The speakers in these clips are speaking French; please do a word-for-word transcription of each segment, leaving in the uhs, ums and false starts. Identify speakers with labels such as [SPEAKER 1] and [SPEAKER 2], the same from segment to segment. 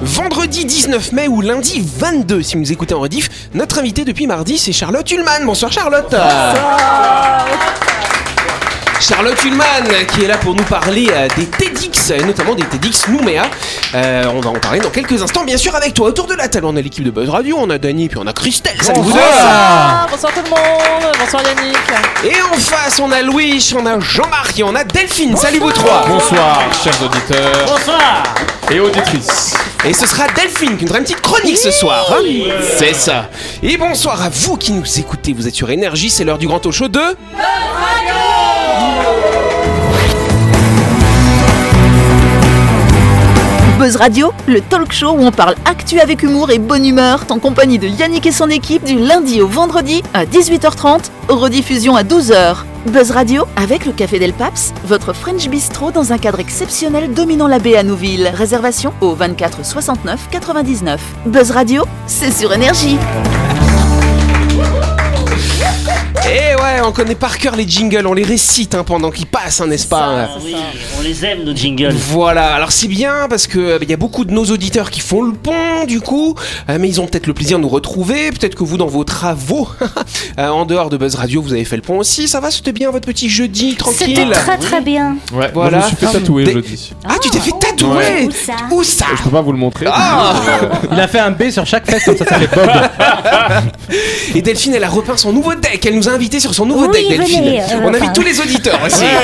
[SPEAKER 1] vendredi dix-neuf mai ou lundi vingt-deux si vous nous écoutez en rediff. Notre invitée depuis mardi, c'est Charlotte Ullmann. Bonsoir Charlotte. Bonsoir. Charlotte Ullmann qui est là pour nous parler euh, des TEDx, et notamment des TEDx Nouméa. Euh, on va en parler dans quelques instants, bien sûr, avec toi. Autour de la table, on a l'équipe de Buzz Radio, on a Dany, puis on a Christelle. Salut vous deux.
[SPEAKER 2] Bonsoir, bonsoir tout le monde. Bonsoir Yannick.
[SPEAKER 1] Et en face, on a Louis, on a Jean-Marc et on a Delphine. Bonsoir. Salut vous trois.
[SPEAKER 3] Bonsoir, chers auditeurs.
[SPEAKER 2] Bonsoir.
[SPEAKER 3] Et auditrices.
[SPEAKER 1] Et ce sera Delphine qui nous fera une petite chronique ce soir. Hein oui. C'est ça. Et bonsoir à vous qui nous écoutez. Vous êtes sur Énergie, c'est l'heure du grand talk show de Buzz Radio.
[SPEAKER 4] Buzz Radio, le talk show où on parle actu avec humour et bonne humeur, en compagnie de Yannick et son équipe du lundi au vendredi à dix-huit heures trente, rediffusion à douze heures. Buzz Radio, avec le Café Del Paps, votre French Bistro dans un cadre exceptionnel dominant la baie à Nouville. Réservation au vingt-quatre soixante-neuf quatre-vingt-dix-neuf. Buzz Radio, c'est sur Énergie.
[SPEAKER 1] Et ouais, on connaît par cœur les jingles, on les récite hein, pendant qu'ils passent, hein, n'est-ce pas?
[SPEAKER 2] Ah, oui, on les aime nos jingles.
[SPEAKER 1] Voilà, alors c'est bien parce que il euh, y a beaucoup de nos auditeurs qui font le pont du coup, euh, mais ils ont peut-être le plaisir de nous retrouver, peut-être que vous dans vos travaux, euh, en dehors de Buzz Radio, vous avez fait le pont aussi. Ça va, c'était bien votre petit jeudi tranquille?
[SPEAKER 5] C'était très très bien.
[SPEAKER 3] Ouais,
[SPEAKER 1] voilà.
[SPEAKER 3] Moi, je me suis fait tatouer
[SPEAKER 1] Des...
[SPEAKER 3] jeudi.
[SPEAKER 1] Ah, tu t'es fait tatouer?
[SPEAKER 5] Ouais. Où ça?
[SPEAKER 1] Où ça?
[SPEAKER 3] Je peux pas vous le montrer.
[SPEAKER 1] Ah
[SPEAKER 3] euh...
[SPEAKER 6] Il a fait un B sur chaque fesse comme ça, ça fait Bob.
[SPEAKER 1] Et Delphine, elle a repeint son nouveau deck. Elle nous a invités sur son nouveau
[SPEAKER 5] oui,
[SPEAKER 1] deck, Delphine.
[SPEAKER 5] Venez, euh,
[SPEAKER 1] on invite
[SPEAKER 5] enfin.
[SPEAKER 1] tous les auditeurs aussi.
[SPEAKER 2] Ouais.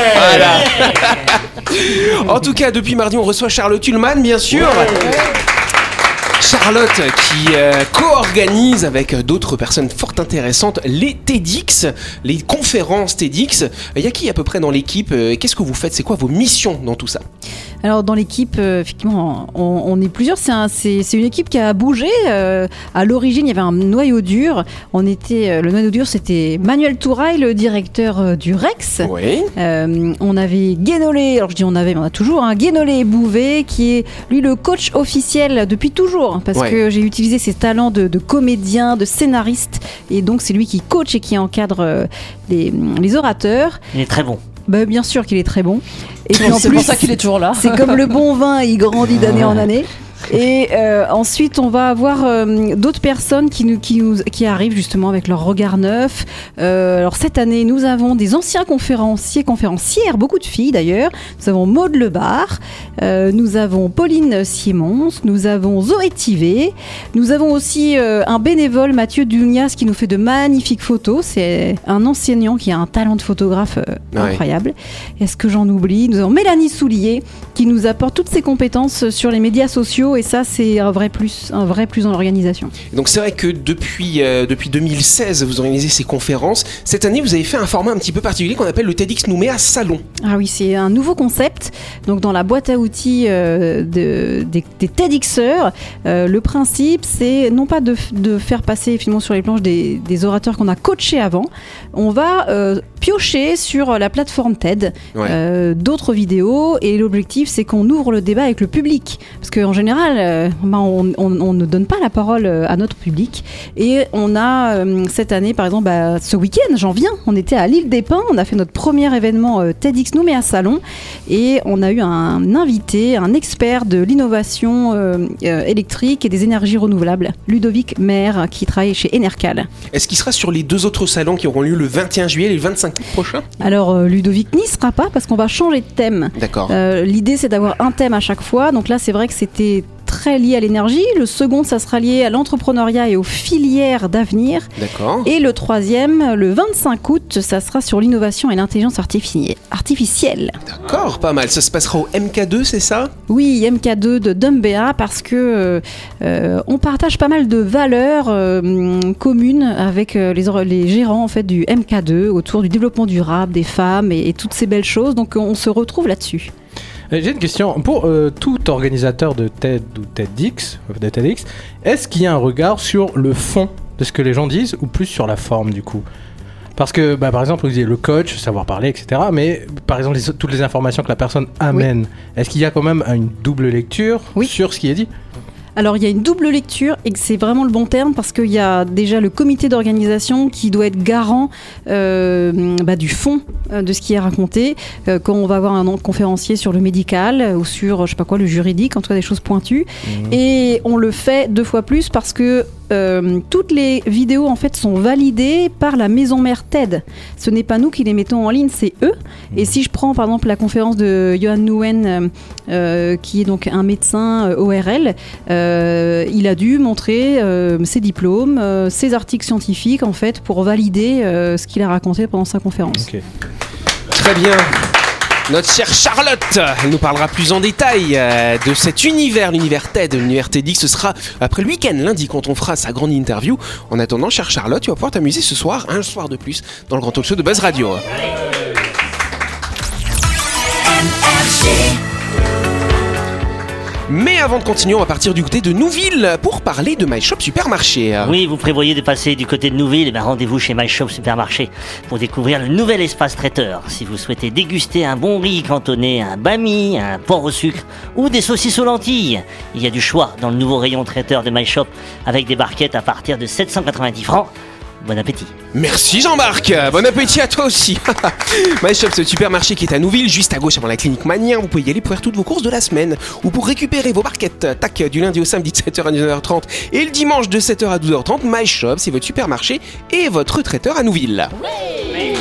[SPEAKER 1] Voilà. En tout cas, depuis mardi, on reçoit Charlotte Ullmann, bien sûr. Ouais. Charlotte qui euh, co-organise avec d'autres personnes fort intéressantes les TEDx, les conférences TEDx. Il y a qui à peu près dans l'équipe? Qu'est-ce que vous faites? C'est quoi vos missions dans tout ça?
[SPEAKER 7] Alors dans l'équipe, euh, effectivement, on, on est plusieurs. C'est, un, c'est, c'est une équipe qui a bougé. Euh, à l'origine, il y avait un noyau dur. On était, euh, le noyau dur, c'était Manuel Touraille, le directeur euh, du Rex.
[SPEAKER 1] Oui.
[SPEAKER 7] Euh, on avait Guénolé, alors je dis on avait, mais on a toujours un hein, Guénolé Bouvet, qui est lui le coach officiel depuis toujours, parce ouais. que j'ai utilisé ses talents de, de comédien, de scénariste, et donc c'est lui qui coach et qui encadre euh, les, les orateurs.
[SPEAKER 2] Il est très bon.
[SPEAKER 7] Bah, bien sûr qu'il est très bon. Et puis
[SPEAKER 2] c'est
[SPEAKER 7] en plus,
[SPEAKER 2] pour ça qu'il est toujours là.
[SPEAKER 7] C'est comme le bon vin, il grandit d'année en année. Et euh, ensuite, on va avoir euh, d'autres personnes qui, nous, qui, nous, qui arrivent justement avec leur regard neuf. Euh, alors cette année, nous avons des anciens conférenciers, conférencières, beaucoup de filles d'ailleurs. Nous avons Maude Lebar, euh, nous avons Pauline Siemons, nous avons Zoé Tivet, nous avons aussi euh, un bénévole, Mathieu Dunias, qui nous fait de magnifiques photos. C'est un enseignant qui a un talent de photographe euh, ouais. incroyable. Est-ce que j'en oublie? Nous avons Mélanie Soulier, qui nous apporte toutes ses compétences sur les médias sociaux. Et ça, c'est un vrai plus, un vrai plus dans l'organisation.
[SPEAKER 1] Donc c'est vrai que depuis, euh, depuis deux mille seize, vous organisez ces conférences. Cette année, vous avez fait un format un petit peu particulier qu'on appelle le TEDx Nouméa Salon.
[SPEAKER 7] Ah oui, c'est un nouveau concept. Donc dans la boîte à outils euh, de, des, des TEDxeurs, euh, le principe, c'est non pas de, de faire passer finalement sur les planches des, des orateurs qu'on a coachés avant. On va euh, piocher sur la plateforme TED ouais. euh, d'autres vidéos, et l'objectif, c'est qu'on ouvre le débat avec le public. Parce qu'en général, Euh, ben on, on, on ne donne pas la parole à notre public, et on a euh, cette année par exemple bah, ce week-end j'en viens, on était à l'île des Pins, on a fait notre premier événement euh, TEDx Nouméa Salon, et on a eu un invité, un expert de l'innovation euh, euh, électrique et des énergies renouvelables, Ludovic Maire, qui travaille chez Enercal.
[SPEAKER 1] Est-ce qu'il sera sur les deux autres salons qui auront lieu le vingt et un juillet et le vingt-cinq août prochain?
[SPEAKER 7] Alors euh, Ludovic n'y sera pas parce qu'on va changer de thème.
[SPEAKER 1] D'accord.
[SPEAKER 7] Euh, l'idée, c'est d'avoir un thème à chaque fois, donc là c'est vrai que c'était très lié à l'énergie. Le second, ça sera lié à l'entrepreneuriat et aux filières d'avenir.
[SPEAKER 1] D'accord.
[SPEAKER 7] Et le troisième, le vingt-cinq août, ça sera sur l'innovation et l'intelligence artifici- artificielle.
[SPEAKER 1] D'accord, pas mal. Ça se passera au M K deux, c'est ça?
[SPEAKER 7] Oui, M K deux de Dumbéa, parce que euh, on partage pas mal de valeurs euh, communes avec euh, les, les gérants en fait du M K deux autour du développement durable des femmes et, et toutes ces belles choses. Donc on se retrouve là-dessus.
[SPEAKER 6] J'ai une question. Pour euh, tout organisateur de TED ou TEDx, de TEDx, est-ce qu'il y a un regard sur le fond de ce que les gens disent ou plus sur la forme du coup? Parce que, bah, par exemple, vous disiez le coach, savoir parler, et cetera. Mais par exemple, les, toutes les informations que la personne amène, oui. Est-ce qu'il y a quand même une double lecture oui. sur ce qui est dit?
[SPEAKER 7] Alors il y a une double lecture et c'est vraiment le bon terme parce qu'il y a déjà le comité d'organisation qui doit être garant euh, bah, du fond euh, de ce qui est raconté. Euh, quand on va avoir un conférencier sur le médical euh, ou sur je sais pas quoi le juridique, en tout cas des choses pointues. Mmh. Et on le fait deux fois plus parce que Euh, toutes les vidéos en fait sont validées par la maison mère TED. Ce n'est pas nous qui les mettons en ligne, c'est eux. Et si je prends par exemple la conférence de Johan Nguyen, euh, euh, qui est donc un médecin euh, O R L, euh, il a dû montrer euh, ses diplômes, euh, ses articles scientifiques en fait pour valider euh, ce qu'il a raconté pendant sa conférence.
[SPEAKER 6] Okay.
[SPEAKER 1] Très bien. Notre chère Charlotte, elle nous parlera plus en détail euh, de cet univers, l'univers TED, l'univers TEDx. Ce sera après le week-end, lundi, quand on fera sa grande interview. En attendant, chère Charlotte, tu vas pouvoir t'amuser ce soir, un soir de plus, dans le grand talk show de Buzz Radio. Mais avant de continuer, on va partir du côté de Nouville pour parler de My Shop Supermarché.
[SPEAKER 2] Oui, vous prévoyez de passer du côté de Nouville, et bien rendez-vous chez My Shop Supermarché pour découvrir le nouvel espace traiteur. Si vous souhaitez déguster un bon riz cantonné, un bami, un porc au sucre ou des saucisses aux lentilles, il y a du choix dans le nouveau rayon traiteur de My Shop avec des barquettes à partir de sept cent quatre-vingt-dix francs. Bon appétit.
[SPEAKER 1] Merci Jean-Marc, bon appétit à toi aussi. My Shop, c'est le supermarché qui est à Nouville, juste à gauche avant la clinique Magnien. Vous pouvez y aller pour faire toutes vos courses de la semaine ou pour récupérer vos barquettes. Tac, du lundi au samedi de sept heures à dix-neuf heures trente et le dimanche de sept heures à douze heures trente. My Shop, c'est votre supermarché et votre traiteur à Nouville. Oui.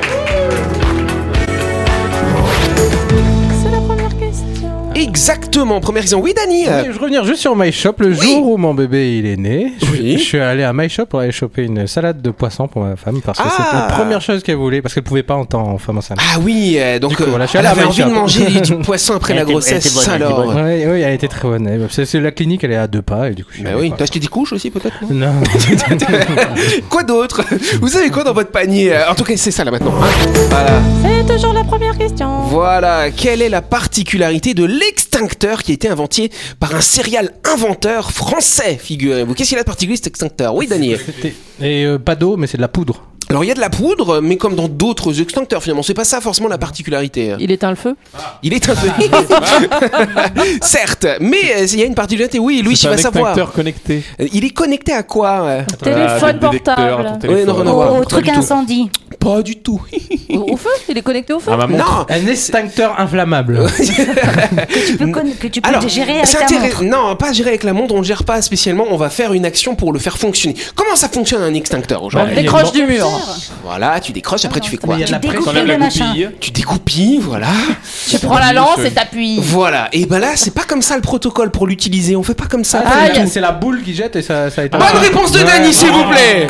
[SPEAKER 5] C'est la première question.
[SPEAKER 1] Exactement, première question. Oui, Dany.
[SPEAKER 6] Oui, je vais revenir juste sur My Shop. Le
[SPEAKER 1] oui.
[SPEAKER 6] jour où mon bébé il est né,
[SPEAKER 1] oui.
[SPEAKER 6] je, je suis allé à My Shop pour aller choper une salade de poisson pour ma femme parce que
[SPEAKER 1] ah.
[SPEAKER 6] c'était la première chose qu'elle voulait parce qu'elle pouvait pas en temps en femme enceinte.
[SPEAKER 1] Ah oui, euh, donc
[SPEAKER 6] coup, voilà,
[SPEAKER 1] elle avait envie de manger du poisson après la grossesse.
[SPEAKER 2] Bonne,
[SPEAKER 1] alors.
[SPEAKER 6] Oui, oui, elle était très bonne. C'est, c'est la clinique, elle est à deux pas et du coup. Je
[SPEAKER 1] bah oui, t'as acheté des couches aussi peut-être.
[SPEAKER 6] Non.
[SPEAKER 1] Quoi d'autre? Vous avez quoi dans votre panier? En tout cas, c'est ça là maintenant. Voilà.
[SPEAKER 5] C'est toujours la première question.
[SPEAKER 1] Voilà. Quelle est la particularité de l'extincteur qui a été inventé par un serial inventeur français, figurez-vous? Qu'est-ce qu'il a de particulier cet extincteur? Oui, Dany.
[SPEAKER 6] Et euh, pas d'eau, mais c'est de la poudre.
[SPEAKER 1] Alors il y a de la poudre, mais comme dans d'autres extincteurs finalement, c'est pas ça forcément la particularité.
[SPEAKER 5] Il éteint le feu.
[SPEAKER 1] Il éteint le feu. Certes, mais il y a une particularité. Oui, Louis, tu vas savoir.
[SPEAKER 3] C'est un extincteur connecté.
[SPEAKER 1] Il est connecté à quoi?
[SPEAKER 5] Téléphone portable.
[SPEAKER 1] Oui, non, rien à voir.
[SPEAKER 8] Au truc incendie.
[SPEAKER 1] Pas du tout.
[SPEAKER 5] Au, au feu. Il est connecté au feu.
[SPEAKER 3] Ah,
[SPEAKER 1] non.
[SPEAKER 6] Un extincteur inflammable.
[SPEAKER 8] Que tu peux, con- que tu peux
[SPEAKER 1] Alors,
[SPEAKER 8] gérer avec
[SPEAKER 1] c'est
[SPEAKER 8] ta
[SPEAKER 1] intéress-
[SPEAKER 8] montre.
[SPEAKER 1] Non, pas gérer avec la montre, on le gère pas spécialement, on va faire une action pour le faire fonctionner. Comment ça fonctionne un extincteur aujourd'hui?
[SPEAKER 5] On décroche du mur.
[SPEAKER 1] Voilà, tu décroches, après tu fais quoi?
[SPEAKER 6] Il y a de
[SPEAKER 8] Tu
[SPEAKER 6] la
[SPEAKER 8] découpes
[SPEAKER 3] T'enlèves
[SPEAKER 8] le
[SPEAKER 3] la
[SPEAKER 8] machin.
[SPEAKER 3] goupille.
[SPEAKER 1] Tu dégoupilles, voilà.
[SPEAKER 5] Tu prends la lance et t'appuies.
[SPEAKER 1] Voilà, et ben là, c'est pas comme ça le protocole pour l'utiliser, on fait pas comme ça.
[SPEAKER 5] Ah,
[SPEAKER 1] pas du
[SPEAKER 5] y a-
[SPEAKER 1] tout.
[SPEAKER 6] C'est la boule qui jette et ça, ça éteint.
[SPEAKER 1] Bonne réponse de Dany, s'il vous plaît.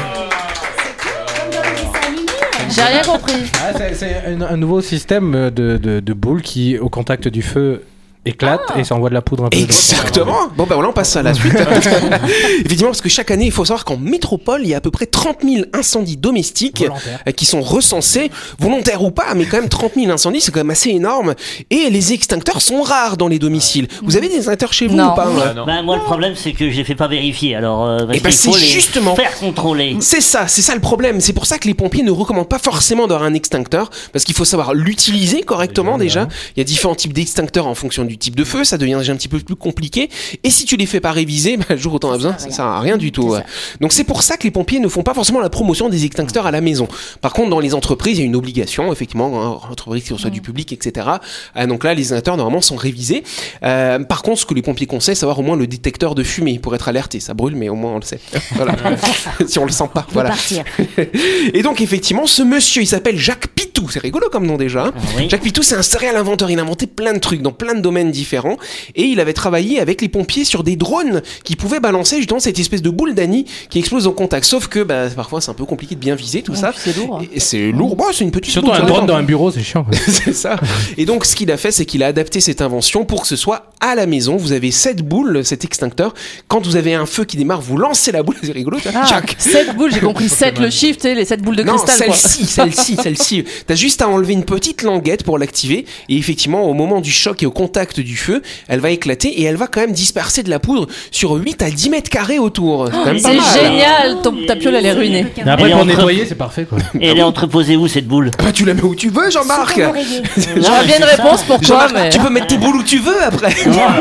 [SPEAKER 5] J'ai rien compris.
[SPEAKER 6] Ah, c'est c'est un, un nouveau système de, de, de boules qui, au contact du feu, éclate
[SPEAKER 5] Ah.
[SPEAKER 6] et ça envoie de la poudre un peu.
[SPEAKER 1] Exactement. Bon ben voilà, on passe à la suite. Effectivement, parce que chaque année, il faut savoir qu'en métropole, il y a à peu près trente mille incendies domestiques
[SPEAKER 6] Volontaires.
[SPEAKER 1] euh, qui sont recensés, volontaires ou pas, mais quand même trente mille incendies, c'est quand même assez énorme. Et les extincteurs sont rares dans les domiciles. Vous avez des extincteurs chez vous
[SPEAKER 5] Non.
[SPEAKER 1] ou pas?
[SPEAKER 3] Ah, non.
[SPEAKER 2] Ben, moi, le problème, c'est que je les fais pas vérifier. Alors, euh, parce
[SPEAKER 1] Eh ben,
[SPEAKER 2] qu'il faut
[SPEAKER 1] c'est
[SPEAKER 2] les
[SPEAKER 1] justement-
[SPEAKER 2] faire contrôler.
[SPEAKER 1] C'est ça, c'est ça le problème. C'est pour ça que les pompiers ne recommandent pas forcément d'avoir un extincteur, parce qu'il faut savoir l'utiliser correctement déjà. Il y a différents types d'extincteurs en fonction du type de feu, ça devient déjà un petit peu plus compliqué. Et si tu les fais pas réviser, bah, le jour où t'en as besoin, ça sert à rien du tout. Ouais. Donc c'est pour ça que les pompiers ne font pas forcément la promotion des extincteurs à la maison. Par contre, dans les entreprises, il y a une obligation, effectivement, hein, entreprises qui reçoivent du public, et cetera. Ah, donc là, les extincteurs normalement sont révisés. Euh, par contre, ce que les pompiers conseillent, c'est d'avoir au moins le détecteur de fumée pour être alerté. Ça brûle, mais au moins on le sait. Voilà. Si on le sent pas,
[SPEAKER 8] Faut
[SPEAKER 1] voilà.
[SPEAKER 8] partir.
[SPEAKER 1] Et donc effectivement, ce monsieur, il s'appelle Jacques Pitou. C'est rigolo comme nom déjà. Hein.
[SPEAKER 2] Ah oui.
[SPEAKER 1] Jacques Pitou, c'est un serial inventeur. Il a inventé plein de trucs dans plein de domaines différents. Et il avait travaillé avec les pompiers sur des drones qui pouvaient balancer justement cette espèce de boule d'Annie qui explose au contact. Sauf que bah, parfois c'est un peu compliqué de bien viser tout
[SPEAKER 5] Ouais,
[SPEAKER 1] ça.
[SPEAKER 5] puis c'est lourd.
[SPEAKER 1] Et c'est lourd. Bah, c'est une petite
[SPEAKER 6] Surtout
[SPEAKER 1] boule,
[SPEAKER 6] un
[SPEAKER 1] ça
[SPEAKER 6] drone
[SPEAKER 1] dépend.
[SPEAKER 6] dans un bureau, c'est chiant. quoi.
[SPEAKER 1] C'est ça. Et donc, ce qu'il a fait, c'est qu'il a adapté cette invention pour que ce soit à la maison. Vous avez cette boule, cet extincteur. Quand vous avez un feu qui démarre, vous lancez la boule. C'est rigolo, tu vois.
[SPEAKER 5] Ah,
[SPEAKER 1] Tchac.
[SPEAKER 5] sept boules, j'ai compris sept le chiffre, tu sais, les sept boules de
[SPEAKER 1] Non,
[SPEAKER 5] cristal. quoi.
[SPEAKER 1] celle-ci, celle-ci, celle-ci. T'as juste à enlever une petite languette pour l'activer. Et effectivement, au moment du choc et au contact du feu, elle va éclater et elle va quand même disperser de la poudre sur huit à dix mètres carrés autour. C'est quand même pas
[SPEAKER 5] C'est
[SPEAKER 1] mal.
[SPEAKER 5] génial, ton, ta piole elle est ruinée.
[SPEAKER 6] Mais après,
[SPEAKER 2] Elle est
[SPEAKER 6] pour
[SPEAKER 2] entre-
[SPEAKER 6] nettoyer, c'est parfait. Quoi.
[SPEAKER 2] Et elle est entreposée où, cette boule?
[SPEAKER 1] Bah, tu la mets où tu veux, Jean-Marc.
[SPEAKER 5] J'aurais bien une réponse pour toi,
[SPEAKER 1] Jean-Marc,
[SPEAKER 5] mais.
[SPEAKER 1] tu peux mettre tes boules où tu veux après.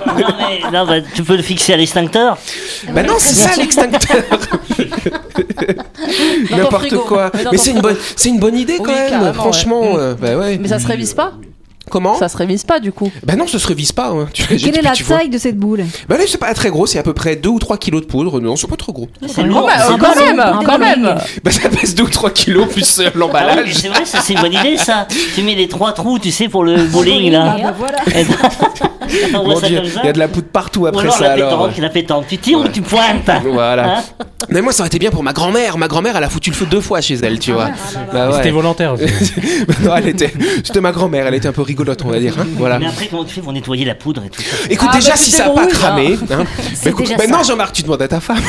[SPEAKER 2] Non, mais, non, bah, tu peux le fixer à l'extincteur.
[SPEAKER 1] Bah non, c'est ça l'extincteur.
[SPEAKER 5] Dans ton
[SPEAKER 1] N'importe
[SPEAKER 5] frigo.
[SPEAKER 1] quoi.
[SPEAKER 5] Mais dans
[SPEAKER 1] Mais
[SPEAKER 5] ton
[SPEAKER 1] c'est une
[SPEAKER 5] frigo.
[SPEAKER 1] bonne, c'est une bonne idée quand
[SPEAKER 5] Oui,
[SPEAKER 1] même.
[SPEAKER 5] carrément,
[SPEAKER 1] Franchement,
[SPEAKER 5] ouais.
[SPEAKER 1] euh, bah ouais.
[SPEAKER 5] Mais ça se révise pas
[SPEAKER 1] Comment
[SPEAKER 5] Ça se révise pas du coup.
[SPEAKER 1] Bah non, ça se révise pas. Hein. Tu,
[SPEAKER 7] Quelle est la
[SPEAKER 1] tu vois.
[SPEAKER 7] taille de cette boule?
[SPEAKER 1] Bah là, c'est pas très gros, c'est à peu près deux ou trois kilos de poudre. Non, c'est pas trop gros.
[SPEAKER 2] C'est lourd.
[SPEAKER 5] Quand
[SPEAKER 2] c'est
[SPEAKER 5] même, quand
[SPEAKER 2] lourd.
[SPEAKER 5] même, quand même.
[SPEAKER 1] Bah ça pèse deux ou trois kilos plus euh,
[SPEAKER 2] Ah oui, mais
[SPEAKER 1] l'emballage.
[SPEAKER 2] c'est vrai, ça c'est une bonne idée ça. Tu mets les trois trous, tu sais, pour le bowling là.
[SPEAKER 7] Ah bah voilà.
[SPEAKER 2] On voit
[SPEAKER 1] Mon
[SPEAKER 2] ça
[SPEAKER 1] Dieu,
[SPEAKER 2] comme ça.
[SPEAKER 1] il y a de la poudre partout
[SPEAKER 2] Ou
[SPEAKER 1] après
[SPEAKER 2] alors
[SPEAKER 1] ça
[SPEAKER 2] la
[SPEAKER 1] alors.
[SPEAKER 2] pétanque, la pétanque. Tu tires ou tu pointes.
[SPEAKER 1] Voilà.
[SPEAKER 2] Hein
[SPEAKER 1] Mais moi, ça aurait été bien pour ma grand-mère. Ma grand-mère, elle a foutu le feu deux fois chez elle, tu vois. Bah
[SPEAKER 6] C'était
[SPEAKER 1] ouais.
[SPEAKER 6] volontaire aussi.
[SPEAKER 1] Non, elle était. C'était ma grand-mère. Elle était un peu rigolote, on va dire. Hein. Voilà.
[SPEAKER 2] Mais après, comment tu fais pour nettoyer la poudre et tout ça?
[SPEAKER 1] Écoute,
[SPEAKER 5] Ah,
[SPEAKER 1] déjà,
[SPEAKER 5] bah,
[SPEAKER 1] si
[SPEAKER 5] tu
[SPEAKER 1] ça a pas
[SPEAKER 5] débrouilles,
[SPEAKER 1] cramé. Hein. Bah, écoute,
[SPEAKER 8] déjà
[SPEAKER 1] bah,
[SPEAKER 8] ça.
[SPEAKER 1] non, Jean-Marc, tu demandes à ta femme.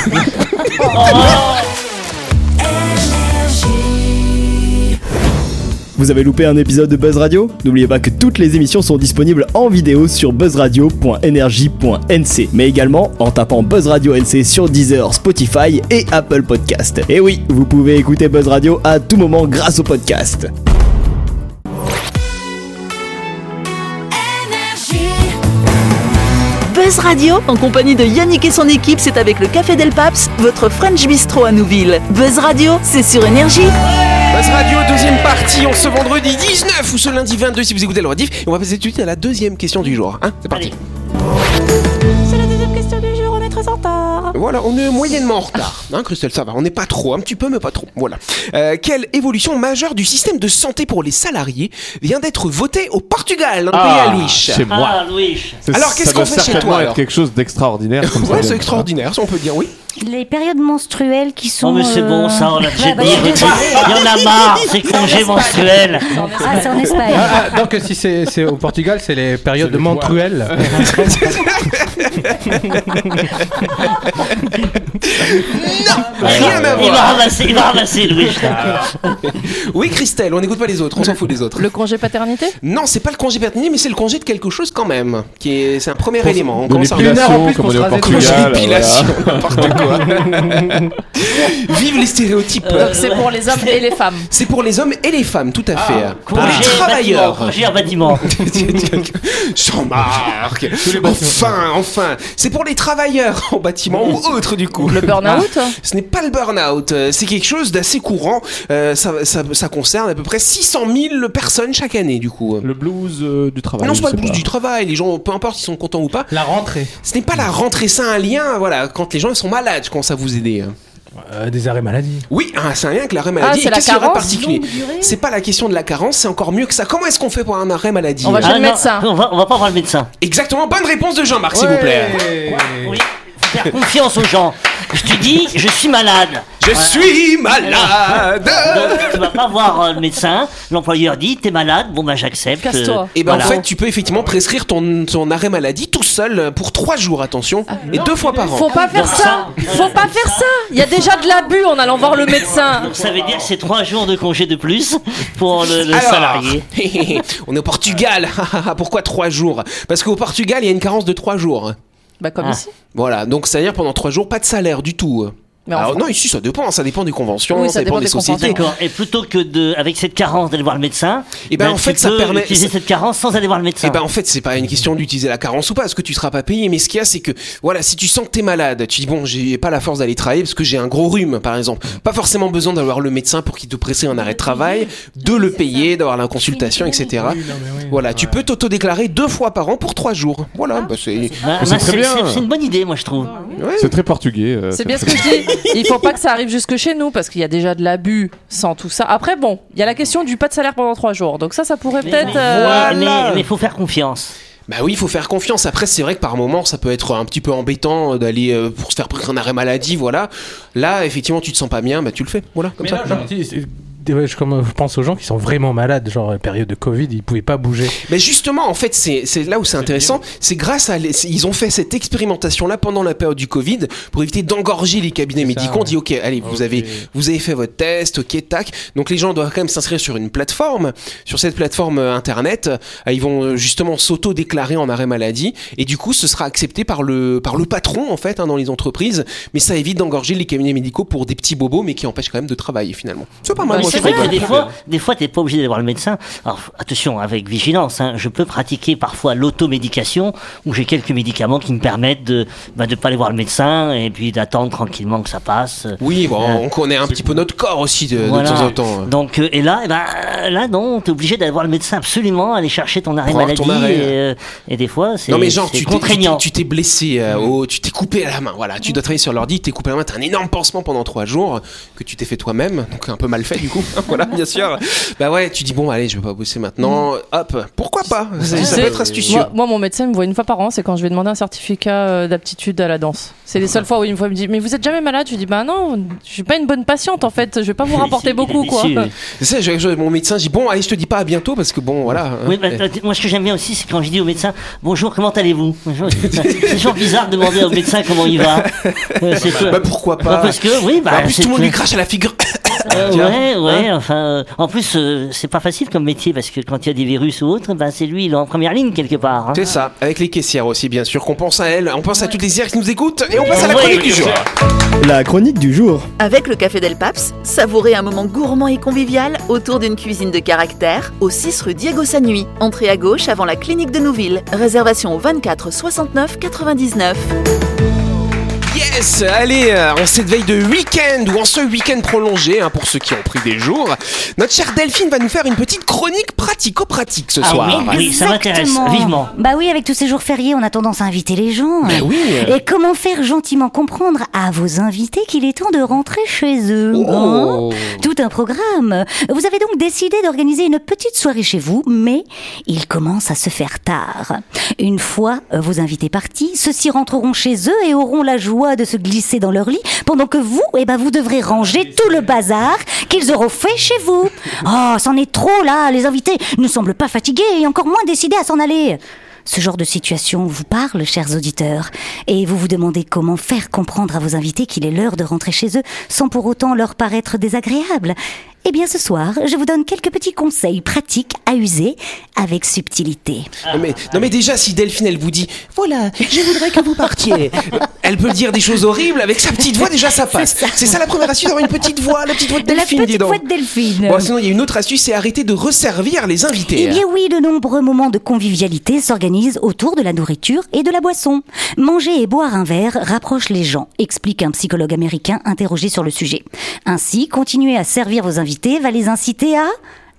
[SPEAKER 9] Vous avez loupé un épisode de Buzz Radio? N'oubliez pas que toutes les émissions sont disponibles en vidéo sur buzzradio point energie point n c, mais également en tapant Buzz Radio N C sur Deezer, Spotify et Apple Podcast. Et oui, vous pouvez écouter Buzz Radio à tout moment grâce au podcast.
[SPEAKER 4] Buzz Radio, en compagnie de Yannick et son équipe, c'est avec le Café Del Paps, votre French Bistro à Nouville. Buzz Radio, c'est sur Énergie.
[SPEAKER 1] Buzz Radio, deuxième partie, en ce vendredi dix-neuf ou ce lundi vingt-deux si vous écoutez le rediff. Et on va passer tout de suite à la deuxième question du jour. Hein, c'est parti.
[SPEAKER 5] C'est la deuxième question du jour, on est très en retard.
[SPEAKER 1] Voilà, on est moyennement en retard. Hein, Christelle, ça va. On n'est pas trop, un petit peu, mais pas trop. Voilà. Euh, quelle évolution majeure du système de santé pour les salariés vient d'être votée au Portugal, dans le pays à Louis?
[SPEAKER 3] chez moi.
[SPEAKER 2] Ah, Louis.
[SPEAKER 3] C'est-
[SPEAKER 1] Alors, qu'est-ce
[SPEAKER 3] ça
[SPEAKER 1] qu'on
[SPEAKER 3] doit
[SPEAKER 1] fait chez
[SPEAKER 3] certainement
[SPEAKER 1] toi,
[SPEAKER 3] être
[SPEAKER 1] alors
[SPEAKER 3] quelque chose d'extraordinaire. comme ça
[SPEAKER 1] Ouais,
[SPEAKER 3] vient
[SPEAKER 1] c'est
[SPEAKER 3] de-
[SPEAKER 1] extraordinaire, ça on peut dire, oui.
[SPEAKER 8] Les périodes menstruelles qui sont.
[SPEAKER 2] Oh, mais c'est bon, ça, on l'a déjà
[SPEAKER 8] bah, bah,
[SPEAKER 2] dit.
[SPEAKER 8] je suis désolée.
[SPEAKER 2] Il y en a marre, ces congés menstruels.
[SPEAKER 8] Ah, c'est en Espagne.
[SPEAKER 6] Ah, ah, donc si c'est c'est au Portugal, c'est les périodes
[SPEAKER 3] C'est les
[SPEAKER 6] menstruelles.
[SPEAKER 1] Rien à
[SPEAKER 2] Il va
[SPEAKER 1] voir.
[SPEAKER 2] ramasser, il va ramasser, Louis.
[SPEAKER 1] Oui, Christelle, on n'écoute pas les autres, on s'en fout des autres.
[SPEAKER 5] Le congé paternité
[SPEAKER 1] Non, c'est pas le congé paternité, mais c'est le congé de quelque chose quand même. Qui est, c'est un premier
[SPEAKER 6] Pour-
[SPEAKER 1] élément. On
[SPEAKER 3] De
[SPEAKER 1] commence à
[SPEAKER 6] Une heure en
[SPEAKER 3] l'épilation,
[SPEAKER 6] plus
[SPEAKER 3] comme
[SPEAKER 6] pour
[SPEAKER 3] on est
[SPEAKER 6] se
[SPEAKER 3] au
[SPEAKER 6] raser le
[SPEAKER 1] Congé
[SPEAKER 3] Portugal.
[SPEAKER 1] d'épilation,
[SPEAKER 3] voilà.
[SPEAKER 1] n'importe quoi. Vive les stéréotypes.
[SPEAKER 5] Donc c'est pour les hommes et les femmes.
[SPEAKER 1] C'est pour les hommes et les femmes, tout à fait. pour
[SPEAKER 2] Congé
[SPEAKER 1] les travailleurs.
[SPEAKER 2] bâtiment, Congé en bâtiment.
[SPEAKER 1] Jean-Marc. Enfin, enfin. C'est pour les travailleurs en bâtiment ou autre du coup.
[SPEAKER 5] Le burn-out
[SPEAKER 1] Ce n'est pas le burn-out, euh, c'est quelque chose d'assez courant. Euh, ça, ça, ça concerne à peu près six cent mille personnes chaque année du coup.
[SPEAKER 3] Le blues euh, du travail.
[SPEAKER 1] non,
[SPEAKER 3] je
[SPEAKER 1] c'est pas le
[SPEAKER 3] sais
[SPEAKER 1] blues du travail. Les gens, peu importe s'ils sont contents ou pas,
[SPEAKER 6] La rentrée.
[SPEAKER 1] ce n'est pas la rentrée, c'est un lien. Voilà, quand les gens sont malades, je commence à vous aider.
[SPEAKER 6] Euh, des arrêts maladie.
[SPEAKER 1] Oui, ah, c'est un lien avec l'arrêt
[SPEAKER 5] Ah,
[SPEAKER 1] maladie.
[SPEAKER 5] c'est
[SPEAKER 1] Et
[SPEAKER 5] la
[SPEAKER 1] qu'est-ce qu'il y aura de
[SPEAKER 5] carence
[SPEAKER 1] particulier C'est pas la question de la carence, c'est encore mieux que ça. Comment est-ce qu'on fait pour un arrêt maladie
[SPEAKER 5] On va chez
[SPEAKER 2] Ah,
[SPEAKER 5] le
[SPEAKER 2] non,
[SPEAKER 5] médecin.
[SPEAKER 2] On va, on va pas voir le médecin.
[SPEAKER 1] Exactement, bonne réponse de Jean-Marc, s'il vous plaît.
[SPEAKER 2] Oui, faut faire confiance aux gens. Je te dis, je suis malade.
[SPEAKER 1] Je suis malade.
[SPEAKER 2] Donc, tu vas pas voir euh, le médecin. L'employeur dit, t'es malade. Bon, bah, j'accepte.
[SPEAKER 5] Casse-toi.
[SPEAKER 1] Et ben
[SPEAKER 2] Voilà.
[SPEAKER 1] en fait, tu peux effectivement prescrire ton, ton arrêt maladie tout seul euh, pour trois jours, attention, et deux fois par an.
[SPEAKER 5] Faut pas faire
[SPEAKER 2] Donc
[SPEAKER 5] ça.
[SPEAKER 2] ça-
[SPEAKER 5] Faut pas faire ça. Il y a déjà de l'abus en allant voir le médecin.
[SPEAKER 2] Donc, ça veut dire que c'est trois jours de congé de plus pour le, le
[SPEAKER 1] Alors,
[SPEAKER 2] salarié.
[SPEAKER 1] on est au Portugal. Pourquoi trois jours? Parce qu'au Portugal, il y a une carence de trois jours.
[SPEAKER 5] Bah comme
[SPEAKER 2] Ah.
[SPEAKER 5] ici.
[SPEAKER 1] Voilà, donc c'est-à-dire pendant trois jours, pas de salaire du tout.
[SPEAKER 5] Mais en
[SPEAKER 1] Alors,
[SPEAKER 5] France-
[SPEAKER 1] non, ici ça dépend, ça dépend des conventions,
[SPEAKER 5] Oui,
[SPEAKER 1] ça, dépend, des, sociétés.
[SPEAKER 2] D'accord. Et plutôt que de, avec cette carence d'aller voir le médecin,
[SPEAKER 1] Et ben, en
[SPEAKER 2] tu
[SPEAKER 1] fait, ça
[SPEAKER 2] peux
[SPEAKER 1] permet-
[SPEAKER 2] utiliser cette carence sans aller voir le médecin.
[SPEAKER 1] Et ben en fait c'est pas une question d'utiliser la carence ou pas parce que tu seras pas payé, mais ce qu'il y a c'est que voilà, si tu sens que t'es malade, tu dis bon, j'ai pas la force d'aller travailler parce que j'ai un gros rhume par exemple, pas forcément besoin d'avoir le médecin pour qu'il te presse un arrêt de travail, de le payer, d'avoir la consultation, etc. Voilà, tu peux t'auto-déclarer deux fois par an pour trois jours. Voilà, bah c'est
[SPEAKER 2] Bah,
[SPEAKER 3] c'est
[SPEAKER 2] bah,
[SPEAKER 3] très bien.
[SPEAKER 2] c'est- c'est une bonne idée, moi je trouve.
[SPEAKER 1] ouais.
[SPEAKER 3] C'est très portugais. euh,
[SPEAKER 5] C'est bien ce que je dis. Il faut pas que ça arrive jusque chez nous parce qu'il y a déjà de l'abus sans tout ça. Après, bon, il y a la question du pas de salaire pendant trois jours. Donc ça, ça pourrait
[SPEAKER 2] Mais-
[SPEAKER 5] peut-être.
[SPEAKER 2] mais-
[SPEAKER 5] euh,
[SPEAKER 1] Voilà.
[SPEAKER 2] Mais il faut faire confiance.
[SPEAKER 1] Bah oui, il faut faire confiance. Après, c'est vrai que par moment, ça peut être un petit peu embêtant euh, d'aller euh, pour se faire prescrire un arrêt maladie, voilà. Là, effectivement, tu te sens pas bien, bah tu le fais, voilà, comme
[SPEAKER 6] Mais
[SPEAKER 1] ça.
[SPEAKER 6] là, je me dis, c'est- ouais, je, comme, je pense aux gens qui sont vraiment malades, genre euh, période de Covid, ils pouvaient pas bouger.
[SPEAKER 1] Mais justement, en fait, c'est c'est là où c'est intéressant. C'est grâce à. les- c'est- Ils ont fait cette expérimentation-là pendant la période du Covid pour éviter d'engorger les cabinets
[SPEAKER 6] C'est ça,
[SPEAKER 1] médicaux. On
[SPEAKER 6] ouais.
[SPEAKER 1] dit, OK, allez, vous,
[SPEAKER 6] Ok.
[SPEAKER 1] avez, vous avez fait votre test, OK, tac. Donc les gens doivent quand même s'inscrire sur une plateforme. Sur cette plateforme euh, Internet, euh, ils vont euh, justement s'auto-déclarer en arrêt maladie. Et du coup, ce sera accepté par le, par le patron, en fait, hein, dans les entreprises. Mais ça évite d'engorger les cabinets médicaux pour des petits bobos, mais qui empêchent quand même de travailler finalement. C'est pas mal,
[SPEAKER 5] bah,
[SPEAKER 1] moi,
[SPEAKER 5] c'est
[SPEAKER 2] c'est vrai que des fois, des fois, t'es pas obligé d'aller voir le médecin. Alors, attention, avec vigilance, hein, je peux pratiquer parfois l'automédication, où j'ai quelques médicaments qui me permettent de, bah, de pas aller voir le médecin et puis d'attendre tranquillement que ça passe.
[SPEAKER 1] Oui, bon,
[SPEAKER 2] Euh,
[SPEAKER 1] on connaît un petit peu notre corps aussi de, de
[SPEAKER 2] Voilà.
[SPEAKER 1] temps en temps.
[SPEAKER 2] Donc, euh, et là, eh ben, là, non, t'es obligé d'aller voir le médecin absolument, aller chercher ton arrêt
[SPEAKER 1] Pour avoir
[SPEAKER 2] maladie.
[SPEAKER 1] ton arrêt.
[SPEAKER 2] Et, euh, et des fois, c'est
[SPEAKER 1] Non mais genre
[SPEAKER 2] c'est
[SPEAKER 1] tu t'es,
[SPEAKER 2] contraignant.
[SPEAKER 1] tu t'es- tu t'es blessé, euh, au- tu t'es coupé à la main, voilà, tu dois travailler sur l'ordi, tu t'es coupé à la main, t'as un énorme pansement pendant trois jours que tu t'es fait toi-même, donc un peu mal fait du coup, voilà bien sûr. Bah ouais, tu dis bon allez, je vais pas bosser maintenant, hop, pourquoi pas, ça, ça
[SPEAKER 5] C'est-
[SPEAKER 1] peut être astucieux.
[SPEAKER 5] Moi, moi, mon médecin me voit une fois par an, c'est quand je vais demander un certificat euh, d'aptitude à la danse. C'est les seules fois où il me voit, il me dit mais vous êtes jamais malade? Je lui dis bah non, je suis pas une bonne patiente en fait, je vais pas vous rapporter beaucoup quoi.
[SPEAKER 1] C'est ça, je- je- mon médecin dit bon allez, je te dis pas à bientôt parce que bon voilà. hein.
[SPEAKER 2] Oui, bah, euh, moi ce que j'aime bien aussi, c'est quand je dis au médecin bonjour, comment allez-vous? Bonjour. C'est toujours bizarre de demander au médecin comment il va. Euh, c'est tout.
[SPEAKER 1] Bah pourquoi pas.
[SPEAKER 2] Bah, parce que oui, bah
[SPEAKER 1] en plus
[SPEAKER 2] c'est
[SPEAKER 1] tout le monde
[SPEAKER 2] que-
[SPEAKER 1] lui crache à la figure.
[SPEAKER 2] Euh,
[SPEAKER 1] Tiens.
[SPEAKER 2] ouais, ouais,
[SPEAKER 1] Hein
[SPEAKER 2] enfin, euh, en plus, euh, c'est pas facile comme métier parce que quand il y a des virus ou autre, bah, c'est lui, il est en première ligne quelque part. hein.
[SPEAKER 1] C'est ça, avec les caissières aussi bien sûr, qu'on pense à elles, on pense à toutes les caissières qui nous écoutent et on passe à la
[SPEAKER 2] Ouais,
[SPEAKER 1] chronique
[SPEAKER 2] oui,
[SPEAKER 1] du jour.
[SPEAKER 9] La chronique du jour.
[SPEAKER 4] Avec le Café Del Paps, savourez un moment gourmand et convivial autour d'une cuisine de caractère au six rue Diego Sanui. Entrée à gauche avant la clinique de Nouville. Réservation au vingt-quatre soixante-neuf quatre-vingt-dix-neuf.
[SPEAKER 1] Yes, allez, euh, en cette veille de week-end ou en ce week-end prolongé, hein, pour ceux qui ont pris des jours, notre chère Delphine va nous faire une petite chronique pratico-pratique ce
[SPEAKER 2] Ah
[SPEAKER 1] soir.
[SPEAKER 2] oui, oui, ça m'intéresse,
[SPEAKER 8] Exactement.
[SPEAKER 2] vivement.
[SPEAKER 8] Bah oui, avec tous ces jours fériés, on a tendance à inviter les gens.
[SPEAKER 1] Ben oui.
[SPEAKER 8] Et comment faire gentiment comprendre à vos invités qu'il est temps de rentrer chez eux
[SPEAKER 1] Oh.
[SPEAKER 8] hein Tout un programme. Vous avez donc décidé d'organiser une petite soirée chez vous, mais il commence à se faire tard. Une fois euh, vos invités partis, ceux-ci rentreront chez eux et auront la joie de se glisser dans leur lit, pendant que vous, eh ben, vous devrez ranger tout le bazar qu'ils auront fait chez vous. Oh, c'en est trop là, les invités ne semblent pas fatigués et encore moins décidés à s'en aller. Ce genre de situation vous parle, chers auditeurs, et vous vous demandez comment faire comprendre à vos invités qu'il est l'heure de rentrer chez eux sans pour autant leur paraître désagréable. Eh bien ce soir, je vous donne quelques petits conseils pratiques à user avec subtilité.
[SPEAKER 1] Non mais, non mais déjà si Delphine elle vous dit voilà je voudrais que vous partiez, elle peut dire des choses horribles avec sa petite voix, déjà ça passe.
[SPEAKER 8] C'est ça.
[SPEAKER 1] C'est ça la première astuce, d'avoir une petite voix, la petite voix de
[SPEAKER 8] La
[SPEAKER 1] Delphine dis
[SPEAKER 8] petite
[SPEAKER 1] donc.
[SPEAKER 8] voix de Delphine.
[SPEAKER 1] Bon, sinon il y a une autre astuce, c'est arrêter de resservir les invités.
[SPEAKER 8] Eh bien oui, de nombreux moments de convivialité s'organisent autour de la nourriture et de la boisson. Manger et boire un verre rapproche les gens, explique un psychologue américain interrogé sur le sujet. Ainsi, continuer à servir vos invités va les inciter à...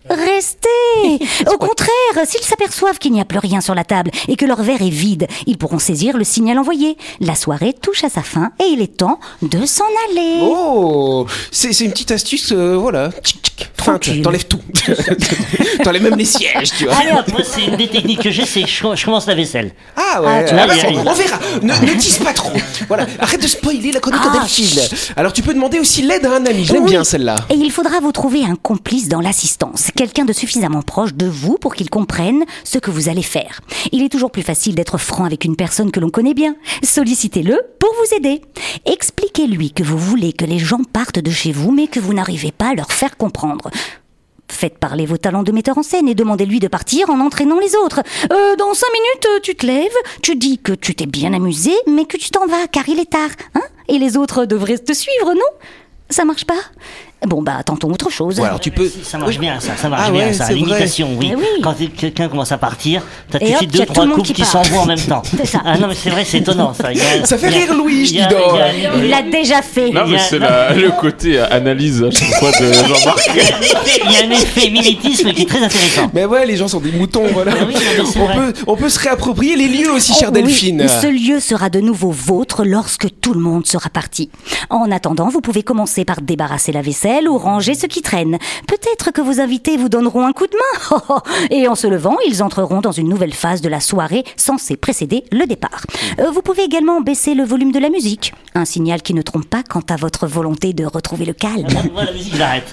[SPEAKER 8] rester. Au contraire, s'ils s'aperçoivent qu'il n'y a plus rien sur la table et que leur verre est vide, ils pourront saisir le signal envoyé. La soirée touche à sa fin et il est temps de s'en aller.
[SPEAKER 1] Oh, c'est c'est une petite astuce, euh, voilà. Tchic, tchic. Enfin,
[SPEAKER 8] Tranquille.
[SPEAKER 1] t'enlèves tout. T'enlèves même les sièges, tu vois.
[SPEAKER 2] Allez hop, moi, c'est une des techniques que j'ai, c'est que je, je commence la vaisselle.
[SPEAKER 1] Ah ouais,
[SPEAKER 2] tu
[SPEAKER 1] ah
[SPEAKER 2] vois,
[SPEAKER 1] bah,
[SPEAKER 2] il y a-
[SPEAKER 1] on, on verra. Ne, ne tease pas trop. Voilà, arrête de spoiler la chronique
[SPEAKER 8] Ah,
[SPEAKER 1] de Delphine. Alors tu peux demander aussi l'aide à un ami. Je l'aime
[SPEAKER 8] Oui.
[SPEAKER 1] bien celle-là.
[SPEAKER 8] Et il faudra vous trouver un complice dans l'assistance, quelqu'un de suffisamment proche de vous pour qu'il comprenne ce que vous allez faire. Il est toujours plus facile d'être franc avec une personne que l'on connaît bien. Sollicitez-le pour vous aider. Expliquez-lui que vous voulez que les gens partent de chez vous, mais que vous n'arrivez pas à leur faire comprendre. Faites parler vos talents de metteur en scène et demandez-lui de partir en entraînant les autres. Euh, dans cinq minutes, euh, tu te lèves, tu dis que tu t'es bien amusé, mais que tu t'en vas car il est tard. Hein ? Et les autres devraient te suivre, non ? Ça marche pas ? Bon, bah, tentons autre chose.
[SPEAKER 1] Ouais, alors tu peux.
[SPEAKER 2] Si, ça marche bien, ça, ça marche
[SPEAKER 1] Ah
[SPEAKER 2] bien,
[SPEAKER 1] ouais,
[SPEAKER 2] ça.
[SPEAKER 1] c'est vrai.
[SPEAKER 2] L'imitation, oui.
[SPEAKER 8] Eh oui.
[SPEAKER 2] Quand quelqu'un commence à partir, t'as tout
[SPEAKER 8] Et
[SPEAKER 2] de
[SPEAKER 8] hop,
[SPEAKER 2] suite
[SPEAKER 8] y a
[SPEAKER 2] deux,
[SPEAKER 8] tout
[SPEAKER 2] trois
[SPEAKER 8] le monde
[SPEAKER 2] couples
[SPEAKER 8] qui
[SPEAKER 2] qui
[SPEAKER 8] part.
[SPEAKER 2] s'en vont en même temps.
[SPEAKER 8] C'est ça.
[SPEAKER 2] Ah non, mais c'est vrai, c'est étonnant, ça. Il y a-
[SPEAKER 1] Ça fait
[SPEAKER 2] il y a-
[SPEAKER 1] rire Louis, je
[SPEAKER 2] il y a-
[SPEAKER 1] dis donc.
[SPEAKER 2] il y a-
[SPEAKER 8] Il l'a déjà fait.
[SPEAKER 3] Non,
[SPEAKER 2] Il y
[SPEAKER 3] mais
[SPEAKER 2] a-
[SPEAKER 3] c'est
[SPEAKER 2] non.
[SPEAKER 3] la- le côté euh, analyse à chaque fois de Jean-Marc.
[SPEAKER 2] Il y a un effet- il y a un effet mimétisme qui est très intéressant.
[SPEAKER 1] Mais ouais, les gens sont des moutons, voilà.
[SPEAKER 2] Ah oui, mais c'est
[SPEAKER 1] on,
[SPEAKER 2] vrai.
[SPEAKER 1] peut, on peut se réapproprier les lieux aussi, chère
[SPEAKER 8] Oh oui,
[SPEAKER 1] Delphine.
[SPEAKER 8] ce lieu sera de nouveau vôtre lorsque tout le monde sera parti. En attendant, vous pouvez commencer par débarrasser la vaisselle ou ranger ce qui traîne. Peut-être que vos invités vous donneront un coup de main. Et en se levant, ils entreront dans une nouvelle phase de la soirée censée précéder le départ. Euh, vous pouvez également baisser le volume de la musique. Un signal qui ne trompe pas quant à votre volonté de retrouver le calme.
[SPEAKER 2] Moi, la musique, j'arrête.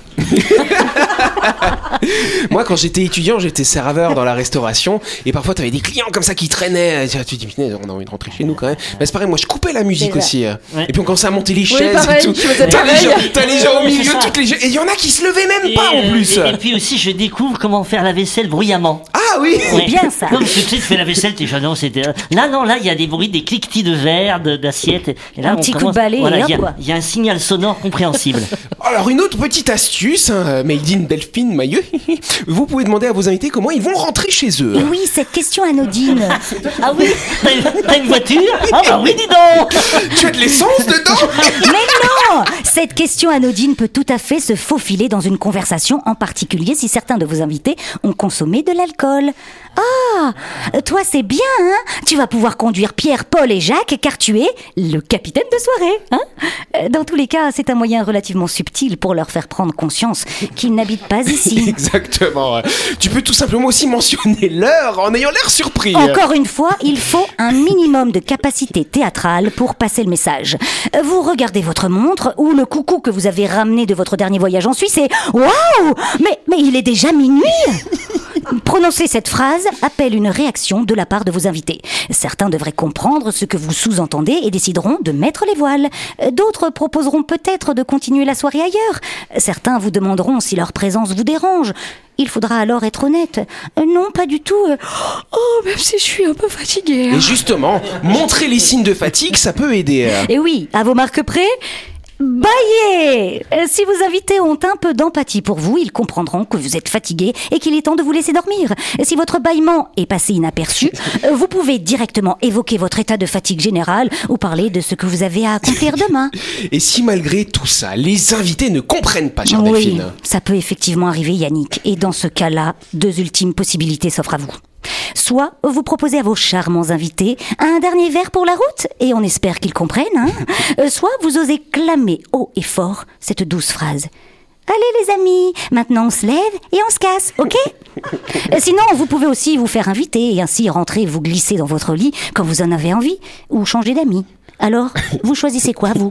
[SPEAKER 1] Moi, quand j'étais étudiant, j'étais serveur dans la restauration et parfois t'avais des clients comme ça qui traînaient. Tu te dis, putain, on a envie de rentrer chez nous quand même. Mais c'est pareil, moi je coupais la musique
[SPEAKER 8] C'est
[SPEAKER 1] aussi.
[SPEAKER 8] ça.
[SPEAKER 2] Ouais.
[SPEAKER 1] Et puis on commençait à monter les
[SPEAKER 5] Oui,
[SPEAKER 1] chaises
[SPEAKER 5] pareil,
[SPEAKER 1] et tout.
[SPEAKER 5] je faisais
[SPEAKER 1] T'as les,
[SPEAKER 5] pareil.
[SPEAKER 1] gens, t'as les gens au
[SPEAKER 2] Oui, c'est
[SPEAKER 1] milieu,
[SPEAKER 2] ça.
[SPEAKER 1] toutes les... Et il y en a qui se levaient même
[SPEAKER 2] Et,
[SPEAKER 1] pas en
[SPEAKER 2] euh,
[SPEAKER 1] plus.
[SPEAKER 2] Et, et puis aussi, je découvre comment faire la vaisselle bruyamment.
[SPEAKER 1] Ah oui.
[SPEAKER 2] Ouais.
[SPEAKER 8] bien, ça.
[SPEAKER 2] Comme tu sais, tu fais la vaisselle, t'es non, c'était. Là, non, là, il y a des bruits, des cliquetis de verre, de- d'assiettes. Et là,
[SPEAKER 8] Un
[SPEAKER 2] on
[SPEAKER 8] petit coup de
[SPEAKER 2] commence-
[SPEAKER 8] balai et
[SPEAKER 2] Voilà, il y a-
[SPEAKER 8] hop, quoi.
[SPEAKER 2] il y a un signal sonore compréhensible.
[SPEAKER 1] Alors une autre petite astuce, hein, made in Delphine Mailleux. Vous pouvez demander à vos invités comment ils vont rentrer chez eux.
[SPEAKER 8] Oui, cette question anodine.
[SPEAKER 2] Ah oui, t'as une, t'as une voiture? Ah bah oui, dis donc.
[SPEAKER 1] Tu as de l'essence dedans?
[SPEAKER 8] Mais non! Cette question anodine peut tout à fait se faufiler dans une conversation, en particulier si certains de vos invités ont consommé de l'alcool. Ah! Toi, c'est bien, hein? Tu vas pouvoir conduire Pierre, Paul et Jacques, car tu es le capitaine de soirée, hein? Dans tous les cas, c'est un moyen relativement subtil pour leur faire prendre conscience qu'ils n'habitent pas ici.
[SPEAKER 1] Exactement. Tu peux tout simplement aussi mentionner l'heure en ayant l'air surpris.
[SPEAKER 8] Encore une fois, il faut un minimum de capacité théâtrale pour passer le message. Vous regardez votre montre ou le coucou que vous avez ramené de votre dernier voyage en Suisse et waouh! Mais, mais il est déjà minuit! Prononcer cette phrase appelle une réaction de la part de vos invités. Certains devraient comprendre ce que vous sous-entendez et décideront de mettre les voiles. D'autres proposeront peut-être de continuer la soirée ailleurs. Certains vous demanderont si leur présence vous dérange. Il faudra alors être honnête. Euh, non, pas du tout. Euh, Oh, même si je suis un peu fatiguée.
[SPEAKER 1] Et justement, montrer les signes de fatigue, ça peut aider.
[SPEAKER 8] Et oui, à vos marques près, baillez! Euh, Si vos invités ont un peu d'empathie pour vous, ils comprendront que vous êtes fatigué et qu'il est temps de vous laisser dormir. Si votre bâillement est passé inaperçu, euh, vous pouvez directement évoquer votre état de fatigue générale ou parler de ce que vous avez à accomplir demain.
[SPEAKER 1] Et si malgré tout ça, les invités ne comprennent pas, chère
[SPEAKER 8] Oui,
[SPEAKER 1] Delphine?
[SPEAKER 8] ça peut effectivement arriver, Yannick. Et dans ce cas-là, deux ultimes possibilités s'offrent à vous. Soit vous proposez à vos charmants invités un dernier verre pour la route, et on espère qu'ils comprennent, hein. Euh, Soit vous osez clamer haut et fort cette douce phrase. Allez les amis, maintenant on se lève et on se casse, ok? Euh, Sinon, vous pouvez aussi vous faire inviter et ainsi rentrer vous glisser dans votre lit quand vous en avez envie, ou changer d'amis. Alors, vous choisissez quoi, vous?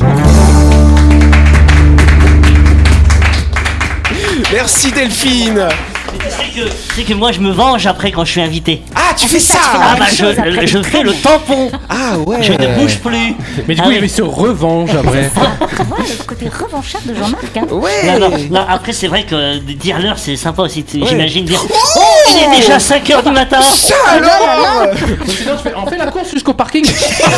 [SPEAKER 1] Merci Delphine.
[SPEAKER 2] C'est que, c'est que moi, je me venge après quand je suis invité.
[SPEAKER 1] Ah, tu fais ça?
[SPEAKER 2] Ah bah, je, je fais le tampon.
[SPEAKER 1] Ah ouais.
[SPEAKER 2] Je ne bouge plus.
[SPEAKER 6] Mais du
[SPEAKER 2] Ah
[SPEAKER 6] coup,
[SPEAKER 2] oui.
[SPEAKER 6] il se revanche après.
[SPEAKER 8] Voilà le côté revanchard de Jean-Marc, hein.
[SPEAKER 1] Ouais.
[SPEAKER 2] Non, non, non, après, c'est vrai que de dire l'heure, c'est sympa aussi. Tu-
[SPEAKER 1] Ouais.
[SPEAKER 2] J'imagine dire Oh, il est déjà cinq heures du matin.
[SPEAKER 1] Ça alors.
[SPEAKER 6] Sinon, tu fais, on fait la course jusqu'au parking.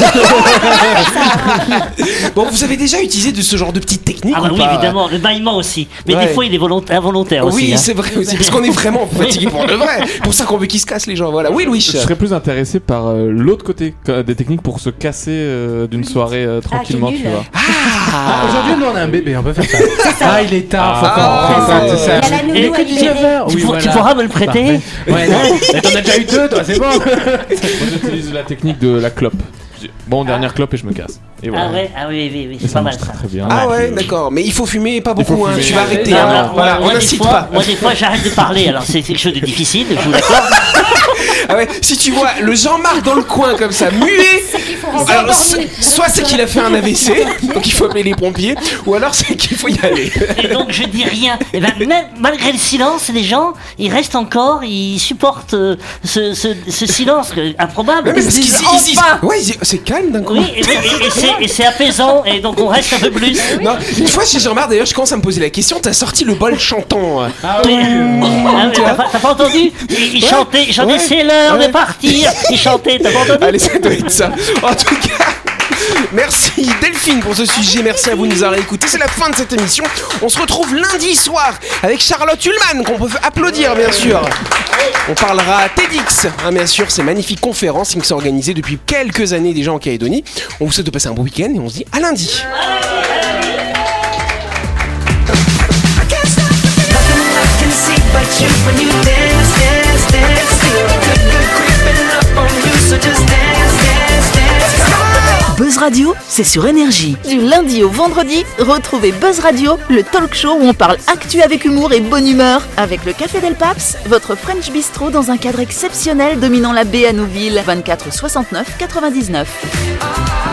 [SPEAKER 1] Bon, vous avez déjà utilisé de ce genre de petites techniques
[SPEAKER 2] Ah bah
[SPEAKER 1] ou
[SPEAKER 2] oui,
[SPEAKER 1] pas?
[SPEAKER 2] évidemment, le bâillement aussi. Mais
[SPEAKER 1] Ouais.
[SPEAKER 2] des fois, il est volont- involontaire aussi.
[SPEAKER 1] Oui,
[SPEAKER 2] hein.
[SPEAKER 1] c'est vrai aussi, parce qu'on est vraiment fatigué pour de vrai. Pour ça qu'on veut qu'ils se cassent les gens. Voilà. Oui, Louis.
[SPEAKER 3] Je serais plus intéressé par euh, l'autre côté, euh, des techniques pour se casser euh, d'une soirée euh, tranquillement,
[SPEAKER 8] nul.
[SPEAKER 3] tu vois.
[SPEAKER 1] Ah.
[SPEAKER 6] Aujourd'hui, nous, on a un bébé, on peut faire ça. Ah, il est tard, faut
[SPEAKER 1] Ah,
[SPEAKER 6] qu'on
[SPEAKER 1] ah,
[SPEAKER 6] rentre, c'est ça.
[SPEAKER 8] Il y a la nounou
[SPEAKER 2] Et-
[SPEAKER 8] à
[SPEAKER 6] Que dix-neuf heures.
[SPEAKER 2] Tu,
[SPEAKER 6] Oui,
[SPEAKER 2] pour-
[SPEAKER 6] voilà.
[SPEAKER 2] tu pourras me le prêter.
[SPEAKER 6] Parfait. Ouais, non. Mais t'en as déjà eu deux, toi, c'est bon.
[SPEAKER 3] Moi, j'utilise la technique de la clope. Bon, dernière clope et je me casse. Et voilà.
[SPEAKER 2] Ah ouais, ah oui, oui, oui,
[SPEAKER 3] Et
[SPEAKER 2] c'est
[SPEAKER 3] ça
[SPEAKER 2] pas mal
[SPEAKER 3] marche
[SPEAKER 2] ça.
[SPEAKER 3] très très bien.
[SPEAKER 1] Ah ouais, d'accord. Mais il faut fumer pas
[SPEAKER 3] Il faut
[SPEAKER 1] beaucoup, hein.
[SPEAKER 3] fumer.
[SPEAKER 1] Tu vas arrêter.
[SPEAKER 2] Non,
[SPEAKER 1] hein.
[SPEAKER 2] non,
[SPEAKER 1] Voilà,
[SPEAKER 2] moi,
[SPEAKER 1] on
[SPEAKER 2] moi, des
[SPEAKER 1] n'incite
[SPEAKER 2] fois,
[SPEAKER 1] pas.
[SPEAKER 2] moi des fois j'arrête de parler, alors c'est quelque chose de difficile, je vous l'accorde.
[SPEAKER 1] Ah ouais, si tu vois le Jean-Marc dans le coin comme ça, muet, alors so- soit c'est qu'il a fait un A V C, donc il faut appeler les pompiers, ou alors c'est qu'il faut y aller.
[SPEAKER 2] Et donc je dis rien. Et ben, même malgré le silence, les gens, ils restent encore, ils supportent euh, ce, ce, ce silence euh, improbable.
[SPEAKER 1] Ouais, mais parce qu'ils ils disent, ouais, ils disent, c'est calme d'un coup.
[SPEAKER 2] Oui, et, et- et c'est- et c'est apaisant, et donc on reste un peu plus.
[SPEAKER 1] Non, une fois chez Jean-Marc, d'ailleurs, je commence à me poser la question, t'as sorti le bol chantant.
[SPEAKER 6] Ah
[SPEAKER 2] Oui.
[SPEAKER 6] ouais.
[SPEAKER 2] Ah, mais t'as, pas, t'as pas entendu? Il, il
[SPEAKER 1] Ouais.
[SPEAKER 2] chantait, il chantait,
[SPEAKER 1] Ouais.
[SPEAKER 2] c'est l'heure
[SPEAKER 1] Ouais.
[SPEAKER 2] de partir. Il chantait, t'as pas entendu?
[SPEAKER 1] Allez, ça doit être ça. En tout cas, merci Delphine pour ce sujet. Merci à vous de nous avoir écoutés. C'est la fin de cette émission. On se retrouve lundi soir avec Charlotte Ullmann, qu'on peut applaudir, bien sûr. On parlera TEDx, hein, bien sûr, ces magnifiques conférences qui sont organisées depuis quelques années déjà en Calédonie. On vous souhaite de passer un bon week-end et on se dit à lundi.
[SPEAKER 4] Buzz Radio, c'est sur Énergie. Du lundi au vendredi, retrouvez Buzz Radio, le talk show où on parle actu avec humour et bonne humeur, avec le Café Del Paps, votre French Bistro dans un cadre exceptionnel dominant la baie à Nouville, vingt-quatre soixante-neuf quatre-vingt-dix-neuf.